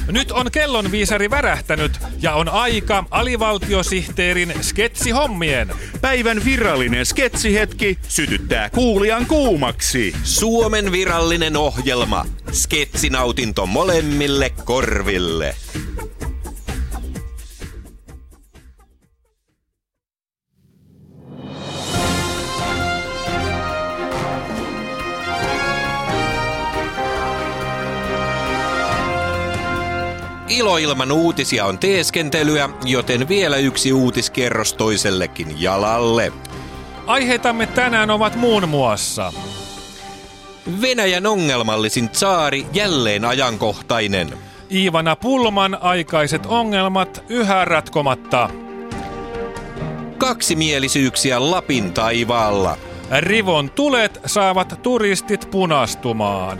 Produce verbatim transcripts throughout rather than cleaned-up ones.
Nyt on kellonviisari värähtänyt ja on aika alivaltiosihteerin sketsihommien. Päivän virallinen sketsihetki sytyttää kuulijan kuumaksi. Suomen virallinen ohjelma. Sketsinautinto molemmille korville. Iloilman uutisia on teeskentelyä, joten vielä yksi uutiskerros toisellekin jalalle. Aiheitamme tänään ovat muun muassa: Venäjän ongelmallisin tsaari jälleen ajankohtainen. Iivana Pulman aikaiset ongelmat yhä ratkomatta. Kaksimielisyyksiä Lapin taivaalla. Rivon tulet saavat turistit punastumaan.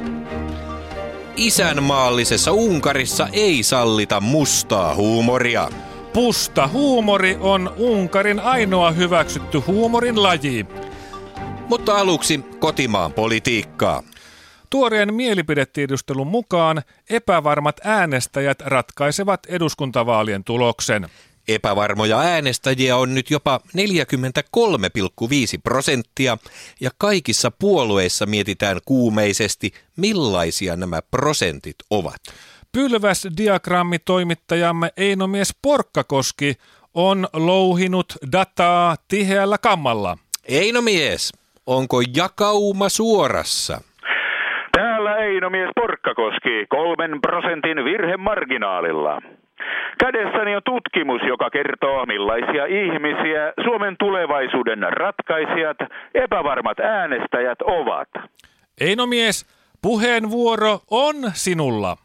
Isänmaallisessa Unkarissa ei sallita mustaa huumoria. Pusta huumori on Unkarin ainoa hyväksytty huumorin laji. Mutta aluksi kotimaan politiikkaa. Tuoreen mielipidetiedustelun mukaan epävarmat äänestäjät ratkaisevat eduskuntavaalien tuloksen. Epävarmoja äänestäjiä on nyt jopa neljäkymmentäkolme pilkku viisi prosenttia ja kaikissa puolueissa mietitään kuumeisesti, millaisia nämä prosentit ovat. Pylväsdiagrammitoimittajamme Einomies Porkkakoski on louhinut dataa tiheällä kammalla. Einomies, onko jakauma suorassa? Täällä Einomies Porkkakoski kolmen prosentin virhemarginaalilla. Kädessäni on tutkimus, joka kertoo, millaisia ihmisiä Suomen tulevaisuuden ratkaisijat, epävarmat äänestäjät ovat. Einomies, puheenvuoro on sinulla.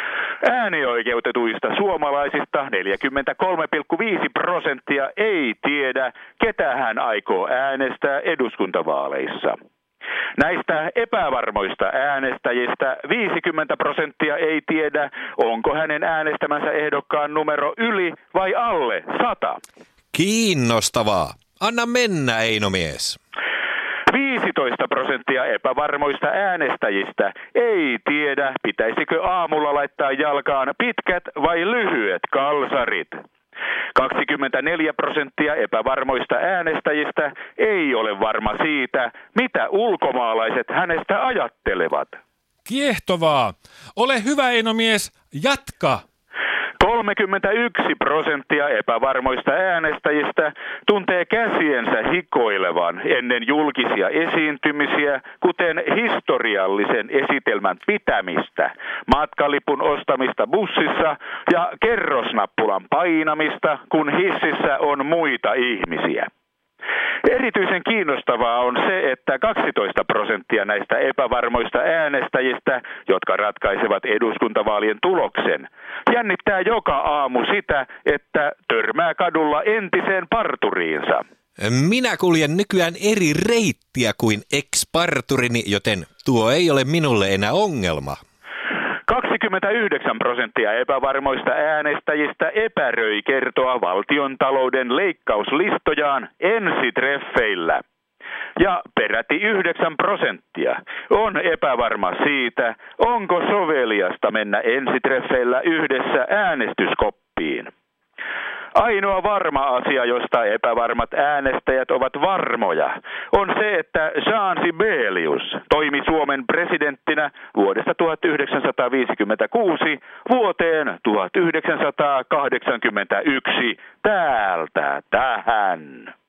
Äänioikeutetuista suomalaisista neljäkymmentäkolme pilkku viisi prosenttia ei tiedä, ketä hän aikoo äänestää eduskuntavaaleissa. Näistä epävarmoista äänestäjistä viisikymmentä prosenttia ei tiedä, onko hänen äänestämänsä ehdokkaan numero yli vai alle sata. Kiinnostavaa. Anna mennä, Einomies. viisitoista prosenttia epävarmoista äänestäjistä ei tiedä, pitäisikö aamulla laittaa jalkaan pitkät vai lyhyet kalsarit. kaksikymmentäneljä prosenttia epävarmoista äänestäjistä ei ole varma siitä, mitä ulkomaalaiset hänestä ajattelevat. Kiehtovaa. Ole hyvä, Einomies. Jatka. kolmekymmentäyksi prosenttia epävarmoista äänestäjistä tuntee käsiensä hikoilevan ennen julkisia esiintymisiä, kuten historiallisen esitelmän pitämistä, matkalipun ostamista bussissa ja kerrosnappulan painamista, kun hississä on muita ihmisiä. Erityisen kiinnostavaa on se, että kaksitoista prosenttia näistä epävarmoista äänestäjistä, jotka ratkaisevat eduskuntavaalien tuloksen, jännittää joka aamu sitä, että törmää kadulla entiseen parturiinsa. Minä kuljen nykyään eri reittiä kuin ex-parturini, joten tuo ei ole minulle enää ongelma. kaksikymmentäyhdeksän prosenttia epävarmoista äänestäjistä epäröi kertoa valtiontalouden leikkauslistojaan ensitreffeillä. Ja peräti yhdeksän prosenttia on epävarma siitä, onko soveliasta mennä ensitreffeillä yhdessä äänestyskoppiin. Ainoa varma asia, josta epävarmat äänestäjät ovat varmoja, on se, että Jean Sibelius toimi Suomen presidenttinä vuodesta tuhatyhdeksänsataaviisikymmentäkuusi vuoteen tuhatyhdeksänsataakahdeksankymmentäyksi täältä tähän.